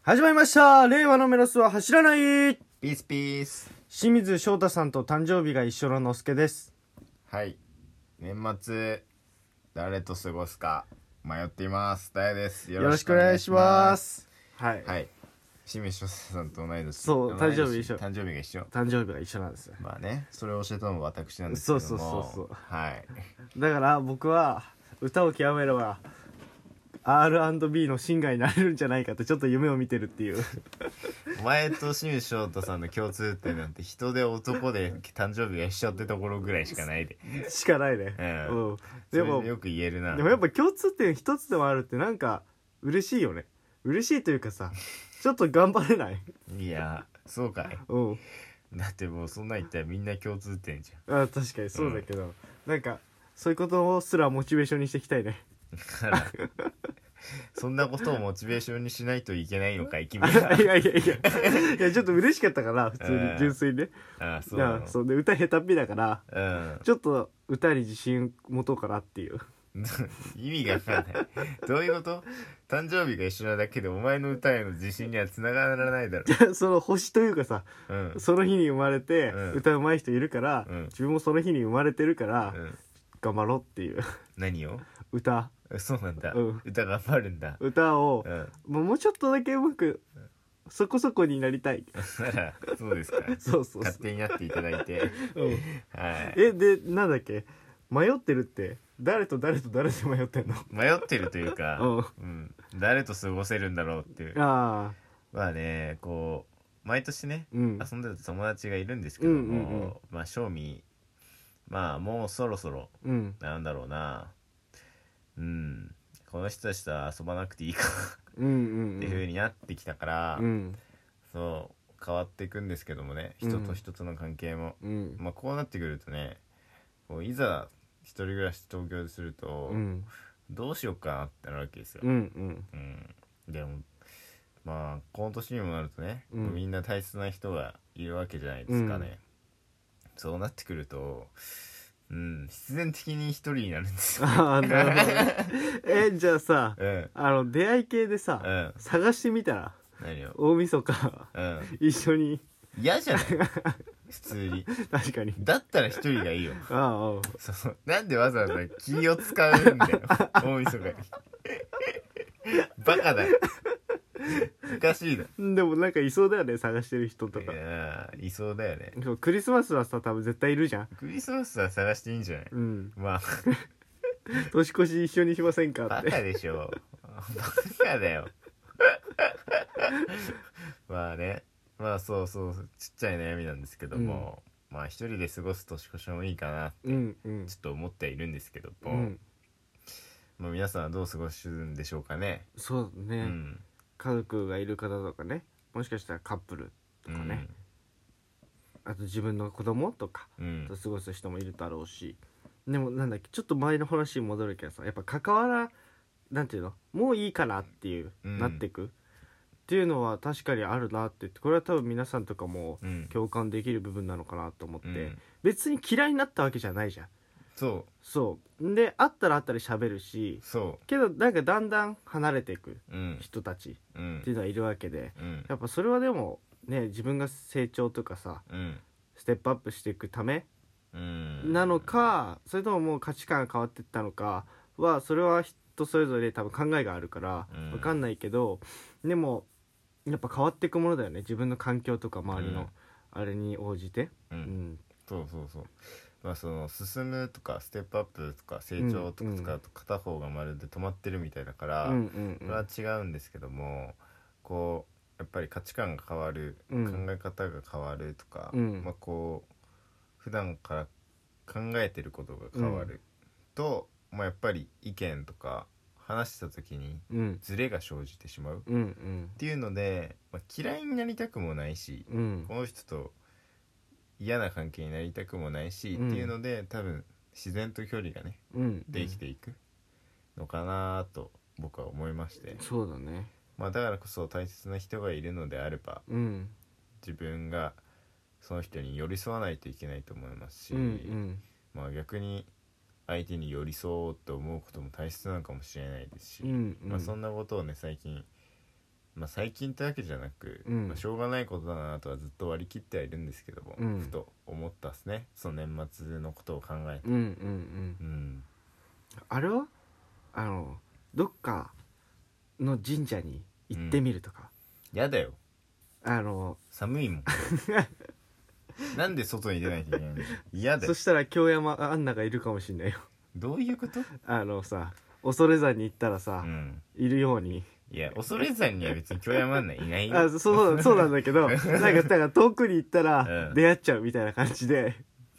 始まりました。令和のメロスは走らない。 ピースピース。 清水翔太さんと誕生日が一緒ののすけです。 はい、年末誰と過ごすか迷っています。ダイです。 よろしくお願いします。 はい、清水翔太さんと同い年。 そう、誕生日一緒。 誕生日が一緒。 誕生日が一緒なんですよ。 まあね、それを教えたのも私なんですけども。 そうはい。 だから僕は歌を極めればR&B のシンガーになれるんじゃないかってちょっと夢を見てるっていうお前と清水翔太さんの共通点なんて人で男で誕生日が一緒ってところぐらいしかないで。 しかないね。 でもよく言えるな。 でもやっぱ共通点一つでもあるってなんか嬉しいよね。嬉しいというかさ、ちょっと頑張れない？ いや、そうかい。だってもうそんなん言ったらみんな共通点じゃん。 確かにそうだけど、なんかそういうことすらモチベーションにしていきたいね。 だからそんなことをモチベーションにしないといけないのか、君は。 いやちょっと嬉しかったから普通に純粋にね。 そうなの。 そうで歌下手っぴだから、ちょっと歌に自信持とうかなっていう意味が分かんない。どういうこと？誕生日が一緒なだけでお前の歌への自信にはつながらないだろ。 その星というかさ、その日に生まれて歌うまい人いるから、自分もその日に生まれてるから、頑張ろうっていう。 何を？ 歌。 そうなんだ、歌頑張るんだ。 歌を、もうちょっとだけうまくそこそこになりたい。 そうですか。そう勝手になっていただいて、 はい。でなんだっけ、迷ってるって誰と誰で迷ってんの？ 迷ってるというか、誰と過ごせるんだろうっていう。まあね、こう毎年ね、遊んでた友達がいるんですけども、まあ正味まあもうそろそろ、なんだろうな、この人たちと遊ばなくていいかっていう風になってきたから、そう変わっていくんですけどもね、人と人との関係も、まあこうなってくるとね、こういざ一人暮らし東京ですると、どうしようかなってなるわけですよ。でもまあこの年にもなるとね、みんな大切な人がいるわけじゃないですかね。そうなってくると必然的に一人になるんですよ。 なるほど。じゃあさ、出会い系でさ、探してみたら。 何を？ 大晦日、一緒に。 嫌じゃない普通に。 確かに。 だったら一人がいいよ。なんでわざわざ気を使うんだよ大晦日に。バカだよ。おかしいな。 でもなんかいそうだよね、探してる人とか。 いそうだよね。 クリスマスはさ、多分絶対いるじゃん。 クリスマスは探していいんじゃない？まあ年越し一緒にしませんかって。 バカでしょ。バカだよ。まあね、まあそうちっちゃい悩みなんですけども、まあ一人で過ごす年越しもいいかなってちょっと思っているんですけども、まあ皆さんはどう過ごすんでしょうかね。 そうね、家族がいる方とかね、もしかしたらカップルとかね、あと自分の子供とかと過ごす人もいるだろうし、でもなんだっけ、ちょっと前の話に戻るけどさ、やっぱなんていうの、もういいかなっていう、なってくっていうのは確かにあるなって言って、これは多分皆さんとかも共感できる部分なのかなと思って、別に嫌いになったわけじゃないじゃん。そうで、会ったら喋るし、けどなんかだんだん離れていく人たちっていうのはいるわけで、やっぱそれはでもね、自分が成長とかさ、ステップアップしていくためなのか、それとももう価値観が変わっていったのかは、それは人それぞれ多分考えがあるから分かんないけど、でもやっぱ変わっていくものだよね、自分の環境とか周りのあれに応じて。 そうまあその進むとかステップアップとか成長とか使うと片方がまるで止まってるみたいだから、これは違うんですけども、こうやっぱり価値観が変わる、考え方が変わるとか、まあこう普段から考えてることが変わると、まあやっぱり意見とか話した時にズレが生じてしまうっていうので、まあ、嫌いになりたくもないし、この人と嫌な関係になりたくもないし、っていうので多分自然と距離がね、できていくのかなと僕は思いまして。 そうだね。 まあだからこそ大切な人がいるのであれば、自分がその人に寄り添わないといけないと思いますし、まあ逆に相手に寄り添おうと思うことも大切なのかもしれないですし、まあそんなことをね最近まあ最近ってわけじゃなく、 うんまあ、しょうがないことだなとはずっと割り切ってはいるんですけども、 うんふと思ったっすね、その年末のことを考えて。 うんうんうんうんあれはどっかの神社に行ってみるとか、 やだよ、 あの寒いもんなんで外に出ないといけないの、嫌だよ。 そしたら京山アンナがいるかもしんないよどういうこと？ さ恐山に行ったらさ、 うんいるように。 いや恐山には別に京山アンナいないよ。 そうなんだけどなんか遠くに行ったらうん出会っちゃうみたいな感じで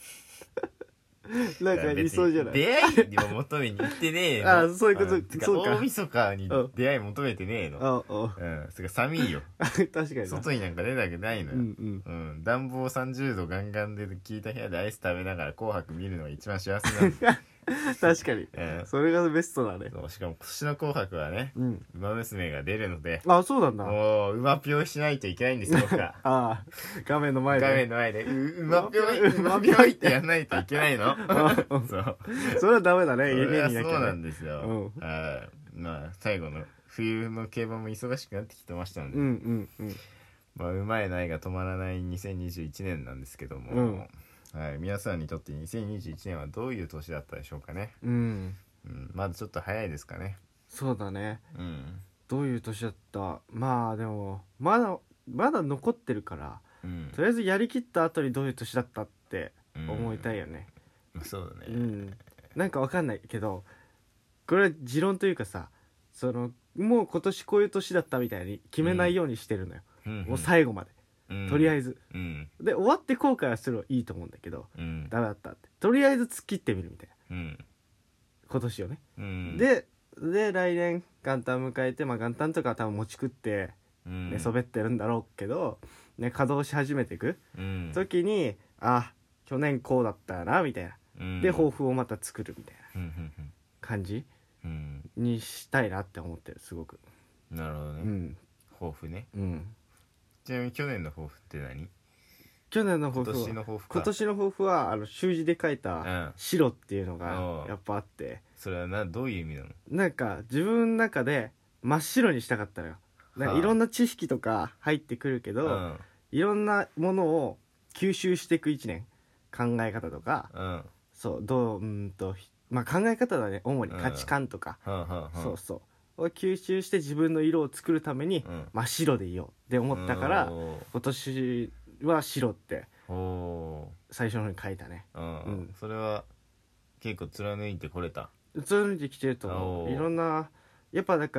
なんかいそうじゃない。 出会いを求めに行ってねえの。 あそういうことてかそうか大晦日に出会い求めてねえの。 あそれから寒いよ。 確かにな。 外になんか出たくないのよ。 うんうん暖房30度ガンガンで効いた部屋でアイス食べながら紅白見るのが一番幸せなんだよ。 確かに、それがベストだね。 そうしかも今年の紅白はね、 うん馬娘が出るので、 あそうなんだ。 もう馬ぴょいしないといけないんですよ、僕は。 あ画面の前で画面の前で馬ぴょいってやんないといけないの。そうそれはダメだね。 それは家にいなきゃね。 そうなんですよ。 うんはい。まあ最後の冬の競馬も忙しくなってきてましたので、 うんまあうまいないが止まらない2021年なんですけども、はい、皆さんにとって2021年はどういう年だったでしょうかね。まだちょっと早いですかね。 そうだね。 うんどういう年だった。まあでもまだ残ってるから、とりあえずやりきった後にどういう年だったって思いたいよね。 そうだね。 なんかわかんないけど、これは持論というかさ、もう今年こういう年だったみたいに決めないようにしてるのよ、もう最後まで、とりあえず、で終わって後悔はするのいいと思うんだけど、ダメだったってとりあえず突っ切ってみるみたいな、今年をね、で来年元旦迎えて、元旦とかは多分持ち食って寝そべってるんだろうけど、ね、稼働し始めていく、時に去年こうだったよなみたいな、で抱負をまた作るみたいな感じにしたいなって思ってる、すごく。 なるほどね。抱負ね。ちなみに去年の抱負って何？ 去年の抱負は今年の抱負は習字で書いた白っていうのがやっぱあって、 それはどういう意味なの？ なんか自分の中で真っ白にしたかったのよ。なんかいろんな知識とか入ってくるけど、いろんなものを吸収していく1年、考え方とか、そう考え方だね、主に価値観とか、そうを吸収して自分の色を作るために真っ白でいようって思ったから、今年は白って最初の方に書いたね。 それは結構貫いてこれた？ 貫いてきてると思う。いろんなやっぱだから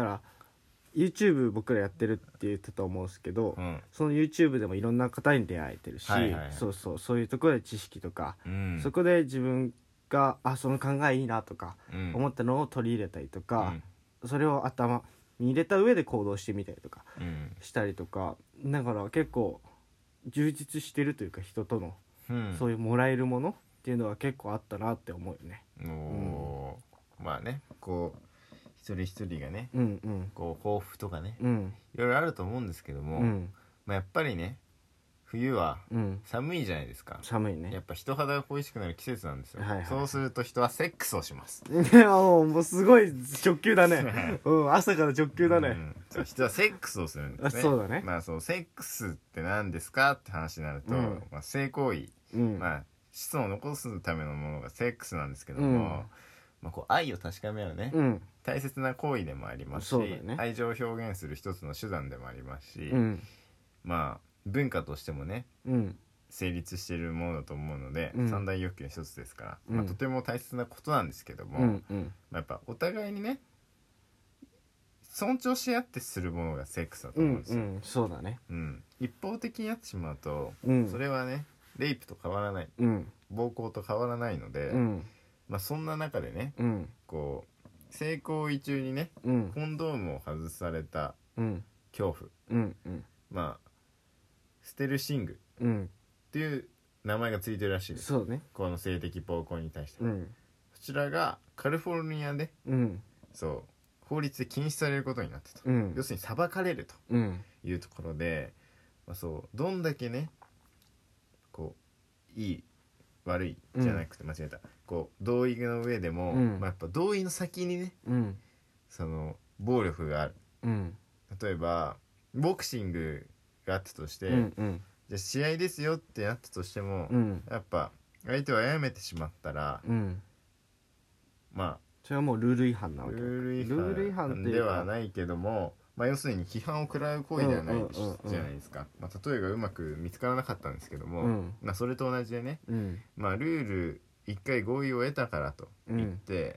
YouTube 僕らやってるって言ってたと思うんですけど、その YouTube でもいろんな方に出会えてるし、そういうところで知識とか、そこで自分がその考えいいなとか思ったのを取り入れたりとか、それを頭に入れた上で行動してみたりとかしたりとか、だから結構充実してるというか、人とのそういうもらえるものっていうのは結構あったなって思うよね。 まあね、こう一人一人がね、こう抱負とかね、いろいろあると思うんですけども、やっぱりね冬は寒いじゃないですか。 寒いね。 やっぱ人肌が恋しくなる季節なんですよ。そうすると人はセックスをします。 もうすごい直球だね。朝から直球だね。 人はセックスをするんですね。 そうだね。 セックスって何ですかって話になると、性行為、子孫を残すためのものがセックスなんですけども、こう愛を確かめ合うね、大切な行為でもありますし、愛情を表現する一つの手段でもありますし、文化としてもね、成立しているものだと思うので、三大欲求の一つですから、とても大切なことなんですけども、やっぱお互いにね尊重し合ってするものがセックスだと思うんですよ。 そうだね。 一方的にやってしまうと、それはねレイプと変わらない、暴行と変わらないので、そんな中でね、こう性行為中にね、コンドームを外された恐怖、ステルシングっていう名前がついてるらしいです。 そうね。 この性的暴行に対して、そちらがカリフォルニアで、そう法律で禁止されることになってた、要するに裁かれるというところで、どんだけねこういい悪いじゃなくて、間違えた、こう同意の上でも、やっぱ同意の先にね、その暴力がある、例えばボクシングがあったとして、 うんうんじゃあ試合ですよってなったとしても、 うんやっぱ相手を殺めてしまったら、 うんまそれはもうルール違反なあわけだルールール違ル違反で反っていうかはないけども、まあ、要するに批判を食らう行為ではないうんうんうんうんじゃないですか、まあ、例えがうまく見つからなかったんですけども、 うんまあ、それと同じでね、 うんまあ、ルール一回合意を得たからと言って、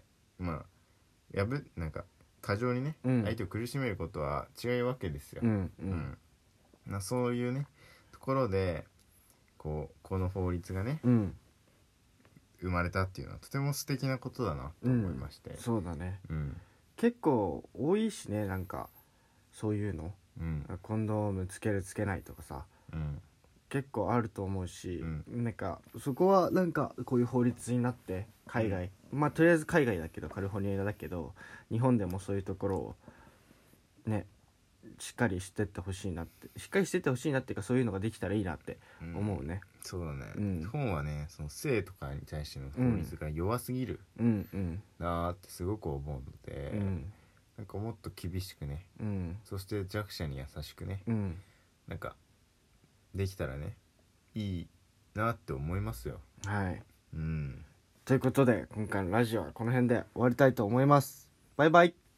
まあなんか過剰にね、 うん相手を苦しめることは違うわけですよ、 うんまあ、そういうねところでこの法律がねうん生まれたっていうのはとても素敵なことだなと思いまして、 そうだねうん結構多いしねなんかそういうのうんコンドームつけるつけないとかさうん結構あると思うし、 うなんかそこはなんかこういう法律になって海外、まあとりあえず海外だけどカリフォルニアだけど日本でもそういうところをねしっかりしてってほしいなってしっかりしてってほしいなっていうかそういうのができたらいいなって思うね、 そうだね、 うん日本はねその性とかに対しての法律が弱すぎるうんなーってすごく思うので、 うんなんかもっと厳しくね、 うんそして弱者に優しくね、 うんなんかできたらねいいなって思いますよ。 はいうんということで今回のラジオはこの辺で終わりたいと思います。バイバイ。